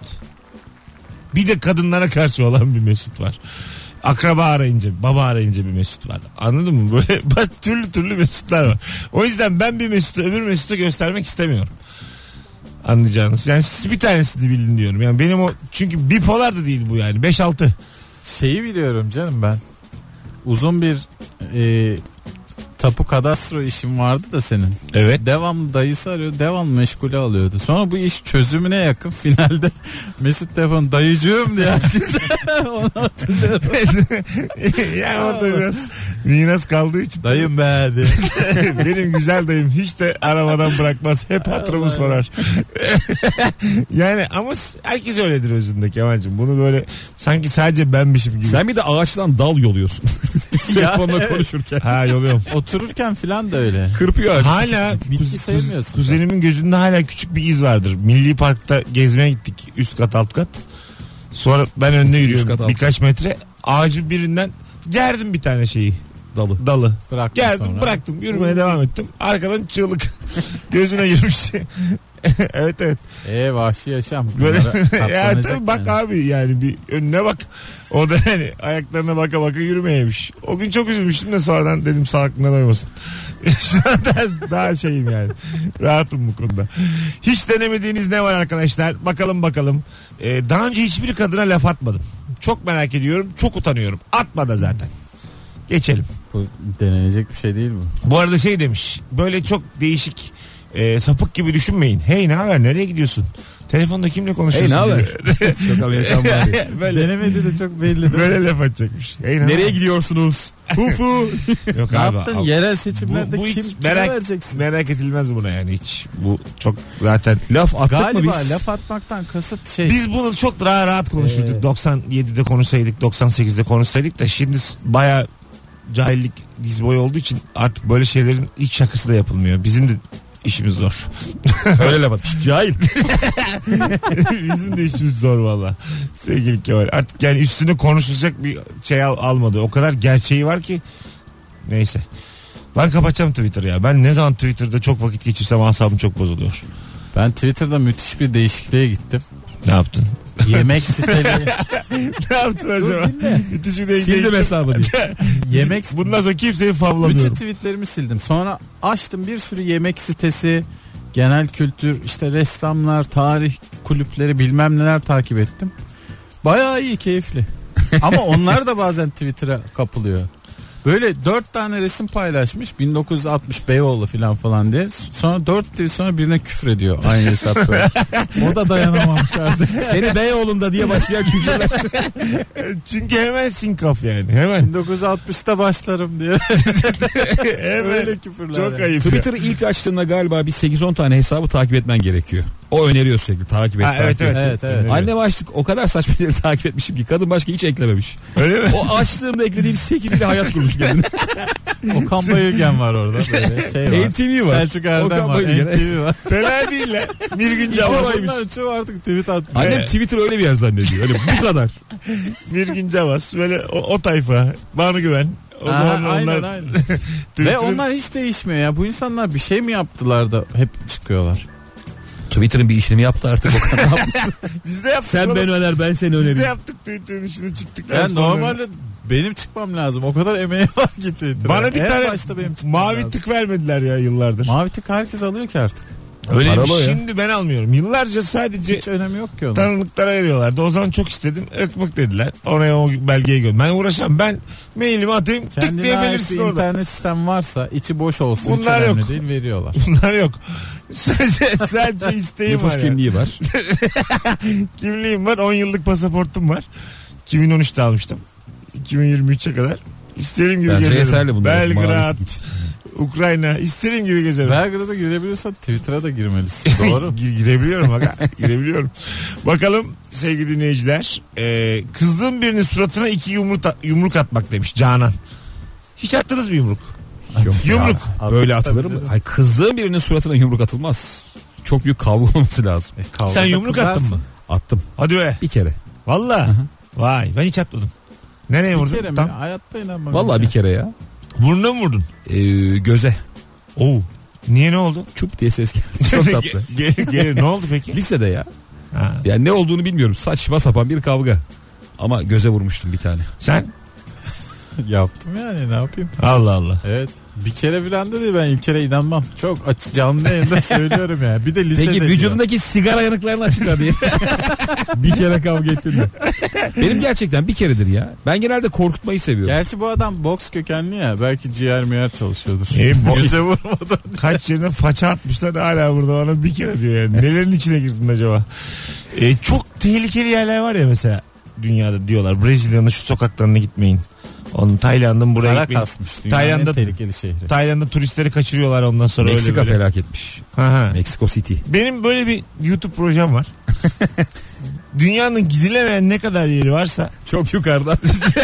Bir de kadınlara karşı olan bir Mesut var. Akraba arayınca, baba arayınca bir Mesut var. Anladın mı? Böyle bak, türlü türlü Mesutlar var. O yüzden ben bir Mesut'u öbür Mesut'u göstermek istemiyorum. Anlayacağınız. Yani siz bir tanesini bilin diyorum. Yani benim o, çünkü bipolar da değil bu yani. beş altı. Şeyi biliyorum canım ben. Uzun bir e, tapu kadastro işim vardı da senin. Evet. Devamlı dayısı arıyor, devamlı meşgule alıyordu. Sonra bu iş çözümüne yakın finalde Mesut telefon dayıcığım diye açınca onu hatırlıyorum. Yani orada biraz miras kaldığı için. Dayım be diye. Benim güzel dayım hiç de aramadan bırakmaz. Hep hatırımı sorar. Yani ama herkes öyledir özünde Kemal'cim. Bunu böyle sanki sadece benmişim gibi. Sen bir de ağaçtan dal yoluyorsun. Telefonla konuşurken. Ha, yoluyorum. Otururken filan da öyle. Kırpıyor ağacı. Hala Bitki kuz- sevmiyorsun kuz- kuzenimin gözünde hala küçük bir iz vardır. Milli Park'ta gezmeye gittik. Üst kat alt kat. Sonra ben önde yürüyorum kat, alt birkaç metre. Ağacın birinden gerdim bir tane şeyi. Dalı. Dalı. Bıraktım Geldim sonra. bıraktım yürümeye devam ettim. Arkadan çığlık gözüne girmiş. Evet evet. Eee vahşi yaşam. Böyle Bunlara ya katlanacak tabii bak yani. abi yani bir önüne bak. O da yani ayaklarına baka baka yürümeymiş. O gün çok üzülmüştüm de sonradan dedim sağlıklığına doymasın. Şu anda daha şeyim yani. Rahatım bu konuda. Hiç denemediğiniz ne var arkadaşlar? Bakalım bakalım. Ee, daha önce hiçbir kadına laf atmadım. Çok merak ediyorum. Çok utanıyorum. Atma da zaten. Geçelim. Bu denenecek bir şey değil bu. Bu arada şey demiş. Böyle çok değişik e, sapık gibi düşünmeyin. Hey ne haber? Nereye gidiyorsun? Telefonda kimle konuşuyorsun? Hey, ne haber? gibi. Çok Amerikan var ya. böyle, Denemedi de çok belli değil mi? böyle laf atacakmış. Hey, ne Nereye haber? gidiyorsunuz? Hufu. Yok Ne abi. yaptın? abi. Yerel seçimlerde Bu, bu kim, hiç kime merak, vereceksin? merak edilmez buna yani hiç. Bu çok zaten. Laf attık mı Galiba biz? laf atmaktan kasıt şey. Biz bunu çok daha rahat konuşurduk. Ee. doksan yedide konuşsaydık, doksan sekizde konuşsaydık da şimdi baya cahillik diz boyu olduğu için artık böyle şeylerin hiç şakası da yapılmıyor. Bizim de işimiz zor. Öyle laf atmış. Cahil. Bizim de işimiz zor valla. Sevgili Kemal. Artık yani üstüne konuşulacak bir şey al- almadı. O kadar gerçeği var ki. Neyse. Ben kapatacağım Twitter'ı ya. Ben ne zaman Twitter'da çok vakit geçirsem asabım çok bozuluyor. Ben Twitter'da müthiş bir değişikliğe gittim. Ne yaptın? Yemek siteleri. Ne yaptın acaba? Müthiş bir Sildim hesabı diye. Yemek Bundan sonra kimseyi favlamıyorum. Bütün tweetlerimi sildim. Sonra açtım bir sürü yemek sitesi, genel kültür, işte ressamlar, tarih kulüpleri, bilmem neler takip ettim. Bayağı iyi, keyifli. Ama onlar da bazen Twitter'a kapılıyor. Böyle dört tane resim paylaşmış bin dokuz yüz altmış Beyoğlu falan falan diye. Sonra dört yıl sonra birine küfür ediyor aynı hesapta. O da dayanamamış artık. Seni Beyoğlu'nda diye başlayan küfürler. Çünkü hemen sinkaf yani. Hemen. bin dokuz yüz altmışta başlarım diye. Hemen. Öyle küfürler. Çok yani. ayıp. Twitter'ı ilk açtığında galiba bir sekiz on tane hesabı takip etmen gerekiyor. O öneriyor sürekli takip et. Ha, evet, takip et. evet Evet, evet. evet. Anneme açtık, o kadar saçma şeyleri takip etmişim ki kadın başka hiç eklememiş. Öyle mi? O açtığımda eklediğim sekiz ile hayat kurmuş kendine. Okan Bayülgen var orada. Böyle şey var. N T V var. Selçuk Erdem Okan var. Bayülgen. N T V var. Fena değil lan. Bir gün Çoğu Cavaz. çoğu artık tweet atmış. Annem Evet. Twitter öyle bir yer zannediyor. Öyle bu kadar. Bir gün Cavaz. Böyle o, o tayfa. Bana güven. O Aha, zaman aynen onlar aynen. Ve Twitter'ın- onlar hiç değişmiyor ya. Bu insanlar bir şey mi yaptılar da hep çıkıyorlar. Twitter'ın bir işlemi yaptı artık o kadar. Biz de yaptık. Sen oğlum. ben öner ben seni Biz de önereyim. yaptık Twitter'ın içine çıktık. Yani normalde benim çıkmam lazım. O kadar emeği var ki Twitter'a. Bana bir En tane başta benim çıkmam mavi lazım. tık vermediler ya yıllardır. Mavi tık herkes alıyor ki artık. Öyle Paralı o ya. şimdi ben almıyorum. Yıllarca sadece Hiç önemi yok ki onun. tanınıklara veriyorlardı. O zaman çok istedim. Ökmük dediler. Oraya o belgeyi gönder. Ben uğraşamam. Ben mailimi atayım. Tık Kendine diye ait belirsin bir orada. internet sistem varsa içi boş olsun. Bunlar hiç önemli yok. değil, veriyorlar. Bunlar yok. Sadece, sadece isteğim Nüfus var. Yani. kimliği var. Kimliğim var. on yıllık pasaportum var. iki bin on üçte almıştım. iki bin yirmi üçe kadar. İstediğim gibi Bence gezerim. yeterli bunlar. Belgrad, Mavi için. Ukrayna. İstediğim gibi gezerim. Belgrad'a girebiliyorsan Twitter'a da girmelisin. Doğru. Gir- girebiliyorum aga. Girebiliyorum. Bakalım sevgili dinleyiciler. Ee, kızdığım birinin suratına iki yumruk, yumruk atmak demiş Canan. Hiç attınız mı yumruk? Yok Yumruk. ya, böyle Attık atılır tabii mı? canım. Ay, kızdığın birinin suratına yumruk atılmaz. Çok büyük kavga olması lazım. E, kavgada Sen yumruk attın kızarsın. mı? Attım Hadi be. bir kere. Valla. Vay ben hiç atmadım. Nereye Bir vurdun? kere mi? Tam. Hayatta inanmam. Vallahi bir kere ya. Burnuna mı vurdun? Ee, göze. Oo. Niye ne oldu? Çup diye ses geldi. Çok tatlı. Gelir gelir. Ne oldu peki? Lisede ya. Ha. Yani ne olduğunu bilmiyorum. Saçma sapan bir kavga. Ama göze vurmuştum bir tane. Sen? Yaptım yani, ne yapayım. Allah Allah. Evet. Bir kere filan da değil, ben ilk kere inanmam. Çok açık canlı yayında söylüyorum ya. Bir de lisede. Peki diyor. vücudundaki sigara yanıklarını açıkla diye. Bir kere kavga ettin mi? Benim gerçekten bir keredir ya. Ben genelde korkutmayı seviyorum. Gerçi bu adam boks kökenli ya. Belki ciğer miyer çalışıyordur. E, bo- Yüze vurmadan. Kaç yerine faça atmışlar hala burada bana bir kere diyor yani. Nelerin içine girdin acaba? E, çok tehlikeli yerler var ya mesela dünyada diyorlar. Brezilya'nın şu sokaklarına gitmeyin. Onun Tayland'ın buraya Para gitmeyin. kasmış. Dünyanın Tayland'da- en tehlikeli şehri. Tayland'da turistleri kaçırıyorlar ondan sonra Meksika öyle böyle. felak etmiş. Ha, ha. Meksiko City. Benim böyle bir YouTube projem var. Dünyanın gidilemeyen ne kadar yeri varsa Çok yukarıdan.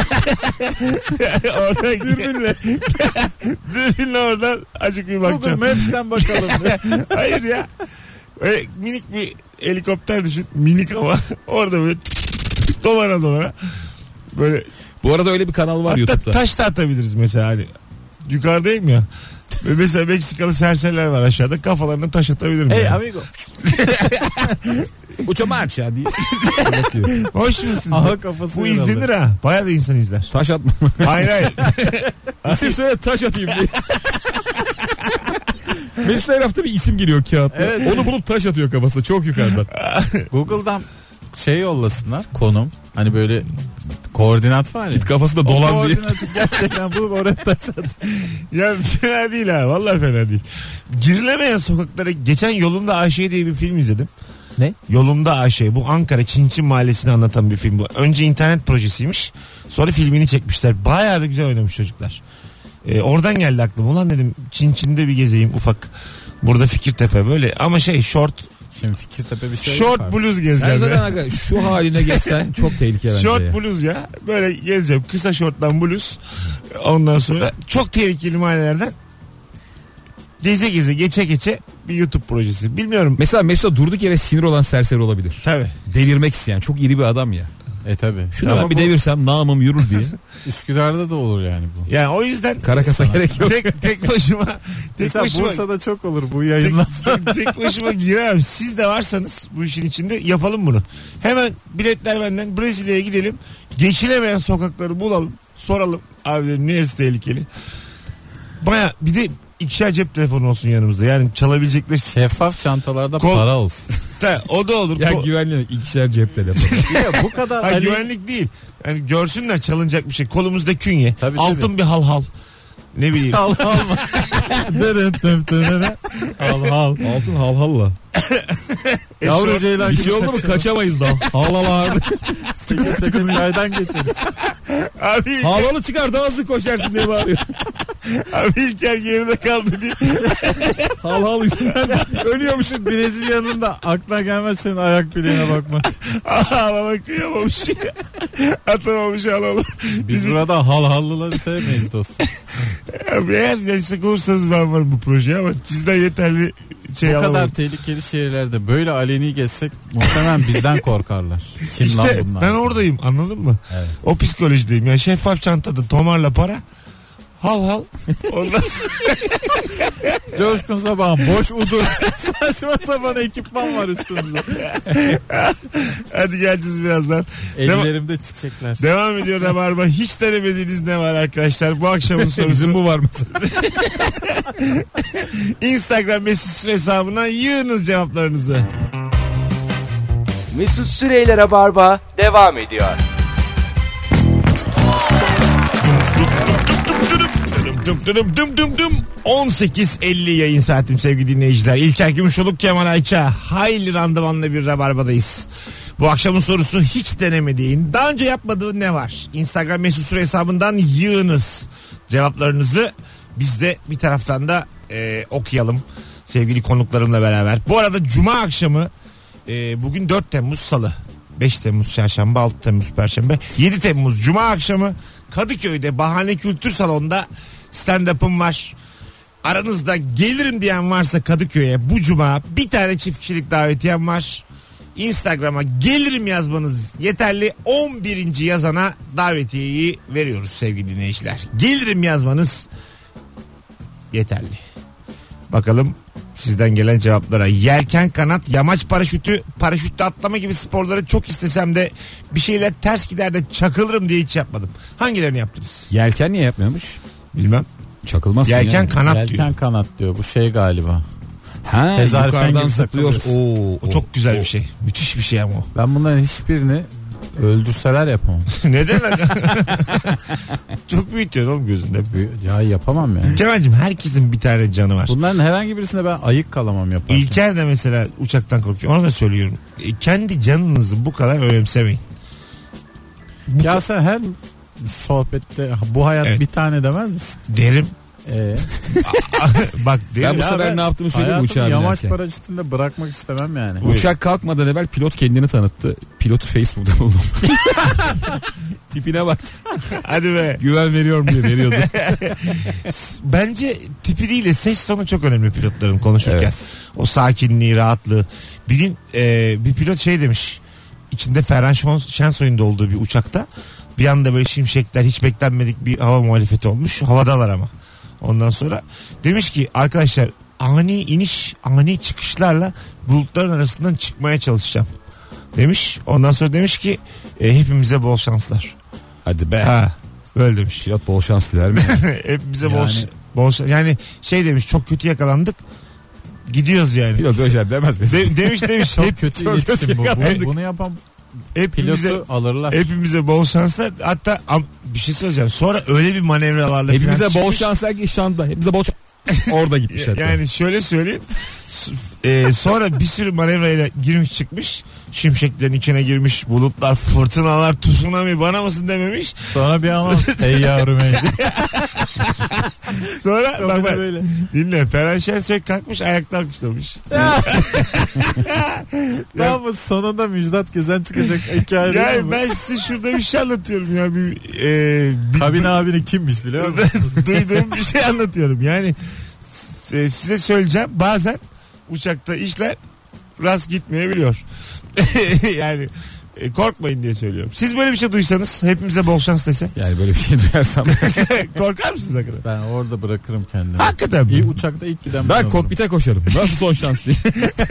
orada dürbünle dürbünle oradan azıcık bir Google bakacağım. Maps'ten bakalım. Hayır ya. Böyle minik bir helikopter düşün. Minik ama orada böyle dolara dolara böyle Bu arada öyle bir kanal var hatta YouTube'da. taş da atabiliriz mesela hani. Yukarıdayım ya. Ve mesela Meksikalı serseriler var aşağıda. Kafalarına taş atabilirim. Hey yani. amigo. Uça marcha diye. Bakıyor. Hoş musunuz? Aha kafası Bu yaraldı. izlenir ha. Bayağı da insan izler. Taş atma. Hayır hayır. İsim söyle taş atayım diye. Mesut her hafta bir isim geliyor kağıtla. Evet. Onu bulup taş atıyor kafasına çok yukarıdan. Google'dan şey yollasınlar, konum. Hani böyle koordinat var ya. Kafasında O dolan diye. koordinatı gerçekten bulup oraya taş at. Ya fena değil ha. Vallahi fena değil. Girilemeyen sokaklara geçen Yolumda Ayşe diye bir film izledim. Ne? Yolumda Ayşe. Bu Ankara Çinçin Mahallesi'ni anlatan bir film bu. Önce internet projesiymiş. Sonra filmini çekmişler. Bayağı da güzel oynamış çocuklar. Ee, oradan geldi aklıma. Ulan dedim Çinçin'de bir gezeyim ufak. Burada Fikirtepe böyle. Ama şey short Şimdi Fikirtepe bir şey Short yapar. bluz Sen gezeceğim zaten ya. aga şu haline geçsen çok tehlike bence Short ya. bluz ya. Böyle gezeceğim. Kısa şorttan bluz. Ondan sonra çok tehlikeli mahallelerden geze geze geçe geçe bir YouTube projesi. Bilmiyorum. Mesela Mesut durduk yere sinir olan serseri olabilir. Tabii. Delirmek isteyen çok iri bir adam ya. E tabi. Şunu ben bir devirsem namım yürür diye. Üsküdar'da da olur yani bu. Yani o yüzden Karakasa gerek yok. tek, tek başıma tek Mesela başıma Bursa'da çok olur bu tek, yayınlansa. tek, tek başıma giremem. Siz de varsanız bu işin içinde yapalım bunu. Hemen biletler benden, Brezilya'ya gidelim. Geçilemeyen sokakları bulalım. Soralım. Abilerim neresi tehlikeli? Baya bir de ikişer cep telefonu olsun yanımızda. Yani çalabilecekler. Şeffaf çantalarda Kol- para olsun. Da, o da olur. Ya Ko- güvenli ikişer cep telefonu. Ya bu kadar Hayır, Ali... güvenlik değil. Yani görsünler çalınacak bir şey. Kolumuzda künye. Tabii, altın tabii. bir hal hal. Ne bileyim. Al al. Dırın dım dırın. Al al. Altın halhalla. Yavru ceylan Bir şey oldu mu kaçamayız daha. Halal abi. Sıkı sıkı çaydan geçeriz. Abi, Halalı çıkar daha hızlı koşarsın diye bağırıyor. abi İlker geride kaldı diye. Hal hal yüzünden ölüyormuşsun. Brezilya'nın da aklına gelmez senin ayak bileğine bakma. Ağlama kıyamamış. Atamamış alalım. Biz burada hal hallıları sevmeyiz dostum. Abi eğer destek olursanız ben varım bu projeye ama sizden yeterli şey Bu alamam. kadar tehlikeli şehirlerde böyle aleni geçsek muhtemelen bizden korkarlar. Kim İşte lan bunlar? ben oradayım, anladın mı? Evet. O psikolojideyim. Yani şeffaf çantada tomarla para. Hal hal. Ondan sonra Coşkun Sabah'ın boş udur. Saçma sapan ekipman var üstümüzde. hadi geleceğiz birazdan. Ellerimde çiçekler. Devam ediyor Rabarba. Hiç denemediğiniz ne var arkadaşlar? Bu akşamın Bizim sorusu. bu var mesela. Instagram mesut süre hesabına yığınız cevaplarınızı. Mesut Süreyler'e barba devam ediyor. Dım dım dım dım dım. on sekiz elli yayın saatim sevgili dinleyiciler. İlker Gümüşoluk, Kemal Ayça. Hayli randımanlı bir Rabarba'dayız. Bu akşamın sorusu hiç denemediğin, daha önce yapmadığın ne var? Instagram mesut süre hesabından yığınız cevaplarınızı. Biz de bir taraftan da e, okuyalım sevgili konuklarımla beraber. Bu arada Cuma akşamı e, bugün dört Temmuz Salı, beş Temmuz Çarşamba, altı Temmuz Perşembe, yedi Temmuz Cuma akşamı Kadıköy'de Bahane Kültür Salonu'nda stand-up'ım var. Aranızda gelirim diyen varsa Kadıköy'e bu Cuma bir tane çift kişilik davetiyem var. Instagram'a gelirim yazmanız yeterli. on birinci yazana davetiyeyi veriyoruz sevgili dinleyiciler. Gelirim yazmanız yeterli. Bakalım sizden gelen cevaplara. Yelken, kanat, yamaç paraşütü, paraşütle atlama gibi sporları çok istesem de bir şeyler ters gider de çakılırım diye hiç yapmadım. Hangilerini yaptınız? Yelken niye yapmıyormuş? Bilmem. Çakılmaz. Yelken, yani. kanat Yelken diyor. kanat diyor. Bu şey galiba. Ha, Tezahüfen yukarıdan gibi zıplıyor. takılıyorsun. Oo, O çok güzel bir şey. Müthiş bir şey ama o. Ben bunların hiçbirini öldürseler yapamam. Neden? Çok büyütüyorsun oğlum gözünde. Ya yapamam yani. Kemal'cim herkesin bir tane canı var. Bunların herhangi birisinde ben ayık kalamam yaparken. İlker de mesela uçaktan korkuyor. Ona da söylüyorum. E, kendi canınızı bu kadar önemsemeyin. Bu Ya ka- sen her sohbette bu hayat Evet. bir tane demez misin? derim. Ee, Bak derim. Ben bu Ya sefer ben ne yaptığımı söyleyeyim mi hayatımı uçağa yamaç binerken? paraşütünde bırakmak istemem yani. Buyur. Uçak kalkmadan evvel pilot kendini tanıttı. Pilotu Facebook'ta buldum. Tipine baktı. Hadi be. Güven veriyorum diye veriyordu. Bence tipi değil de ses tonu çok önemli pilotların konuşurken. Evet. O sakinliği, rahatlığı. Bir gün e, bir pilot şey demiş. İçinde Ferhan Şen- Şensoy'un da olduğu bir uçakta bir anda böyle şimşekler, hiç beklenmedik bir hava muhalefeti olmuş. Havadalar ama. Ondan sonra demiş ki arkadaşlar ani iniş, ani çıkışlarla bulutların arasından çıkmaya çalışacağım demiş. Ondan sonra demiş ki e, hepimize bol şanslar. Hadi be. Ha, böyle demiş. Pilot bol şans diler mi? Hepimize bol, Yani- ş- bol şans. Yani şey demiş, çok kötü yakalandık. Gidiyoruz yani. Pilot böyle şeyler demez mi? De- demiş demiş. Çok hep, kötü çok iletişim kötü bu. yakalandık. Bunu, bunu yapan hepimize, pilotu alırlar. hepimize bol şanslar. Hatta am- bir şey söyleyeceğim. Sonra öyle bir manevralarla Hepimize falan bol çıkmış. şans derken şanda. Hepimize bol şans. Orada gitmişler. Yani şöyle söyleyeyim. S- Ee, sonra bir sürü manevrayla girmiş çıkmış. Şimşeklerin içine girmiş. Bulutlar, fırtınalar, tsunami bana mısın dememiş. Sonra bir an ey yavrum ey. Sonra bak bak Böyle. dinle. Ferhan Şensoy kalkmış ayakta alkışlamış. Tam bu sonunda Müjdat Gezen çıkacak hikaye değil Yani mi? ben size şurada bir şey anlatıyorum ya. Bir, e, bir, Kabin abini kimmiş biliyor musun? duyduğum bir şey anlatıyorum. Yani e, size söyleyeceğim. Bazen uçakta işler rast gitmeyebiliyor. Yani e, korkmayın diye söylüyorum. Siz böyle bir şey duysanız hepimize bol şans dese. Yani böyle bir şey duyarsam. Korkar mısınız hakikaten? Ben orada bırakırım kendimi. Hakikaten mi? İyi uçakta ilk giden Ben olurum. kokpite koşarım. Nasıl son şans diye.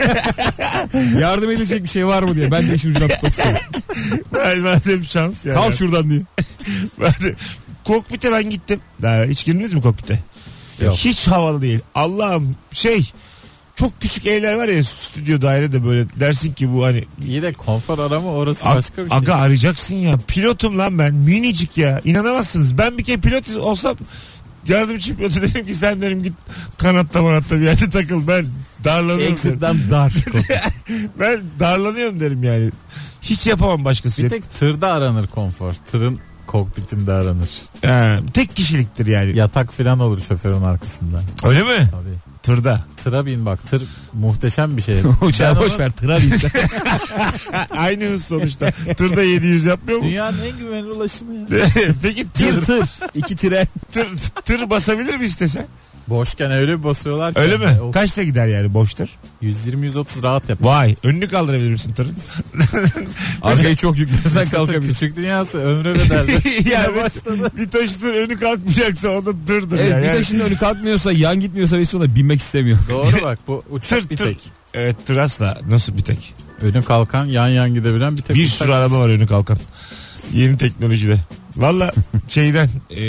Yardım edilecek bir şey var mı diye. Ben de işin ucuna tutmak istedim. Ben, madem şans yani. Kalk şuradan diye. Ben de- kokpite ben gittim. Daha hiç girdiniz mi kokpite? Yok. Hiç havalı değil. Allah'ım şey çok küçük evler var ya stüdyo dairede böyle dersin ki bu hani İyi de konfor arama orası A- başka bir şey. Aga arayacaksın ya. Pilotum lan ben. Minicik ya. İnanamazsınız. Ben bir kere pilot olsam yardımcı pilotu dedim ki sen derim git kanatta manatta bir yerde takıl. Ben darlanıyorum. derim. Exit'ten dar. Ben darlanıyorum derim yani. Hiç yapamam başkası. Bir tek tırda aranır konfor. Tırın kokpitinde aranır. Ee, tek kişiliktir yani. Yatak falan olur şoförün arkasında. Öyle mi? Tabii. Tırda. Tıra bin bak. Tır muhteşem bir şey. Uçağı Ben boş onu- ver. Tıra binsen. Aynı hız sonuçta. Tırda yedi yüz yapmıyor mu? Dünyanın en güvenli ulaşımı ya. Peki Tır tır, tır. İki tren. tır, tır basabilir mi istesen? Boşken öyle bir basıyorlar ki. Öyle mi? Of, Kaçta gider yani boş tır? yüz yirmi yüz otuz rahat yap. Vay önünü kaldırabilir misin tırın? Arkayı çok yüklersen kalkabilir. Küçük dünyası ömre bedeldi. yani başladı. bir taşıtır önü kalkmayacaksa o da tırdır Evet, ya. bir Yani- taşın önü kalkmıyorsa, yan gitmiyorsa ve sonra binmek istemiyor. Doğru bak bu uçak Tır, bir tır. tek. Evet tır asla. Nasıl bir tek? Önü kalkan yan yan gidebilen bir tek Bir uçak. sürü araba var önü kalkan. Yeni teknolojide. Valla şeyden e,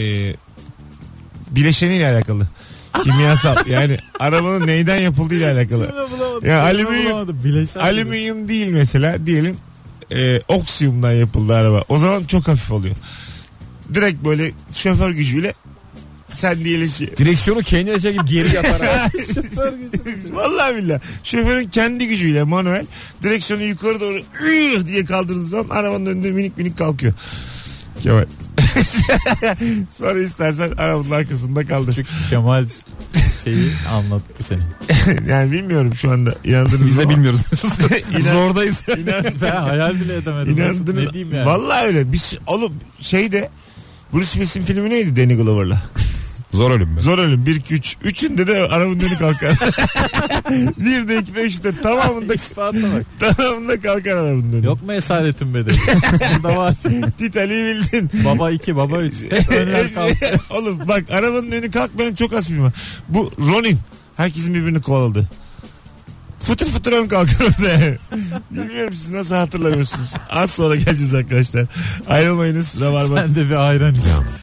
bileşeniyle alakalı. Kimyasal. Yani arabanın neyden yapıldığıyla alakalı. Kimle bulamadım, Ya kimle alüminyum- bulamadım. Bileşen gibi. Alüminyum değil mesela diyelim e, oksiyumdan yapıldı araba. O zaman çok hafif oluyor. Direkt böyle şoför gücüyle sen diyelim ki Direksiyonu kendine çekip geri yatar. vallahi billahi şoförün kendi gücüyle manuel direksiyonu yukarı doğru ıh diye kaldırdığı zaman arabanın önünde minik minik kalkıyor. Kemal. Sonra istersen arabanın arkasında kaldır. Küçük Kemal şeyi anlattı seni. Yani bilmiyorum şu anda inandınız Biz de ama bilmiyoruz. İnan- Zordayız. inan- Ben hayal bile edemedim. Nasıl, inandınız. ne diyeyim yani. Vallahi öyle. Biz oğlum şeyde Bruce Willis'in filmi neydi Danny Glover'la? Zor ölüm mü? Zor ölüm. bir iki üç. Üçünde de arabanın önü kalkar. bir de iki de üçte tamamında İspatla bak. tamamında kalkar arabanın önü. Yok mu esaretin bedeli? Burada var. Titani'yi bildin. Baba iki baba üç. Hep önler kalktı. Oğlum bak arabanın önü kalkmayan çok az film var. Bu Ronin. Herkesin birbirini kovaladı. Fıtır fıtır ön kalkar orada. Bilmiyorum siz nasıl hatırlamıyorsunuz. Az sonra geleceğiz arkadaşlar. Ayrılmayınız. Rabarba. Sen de bir ayran iç.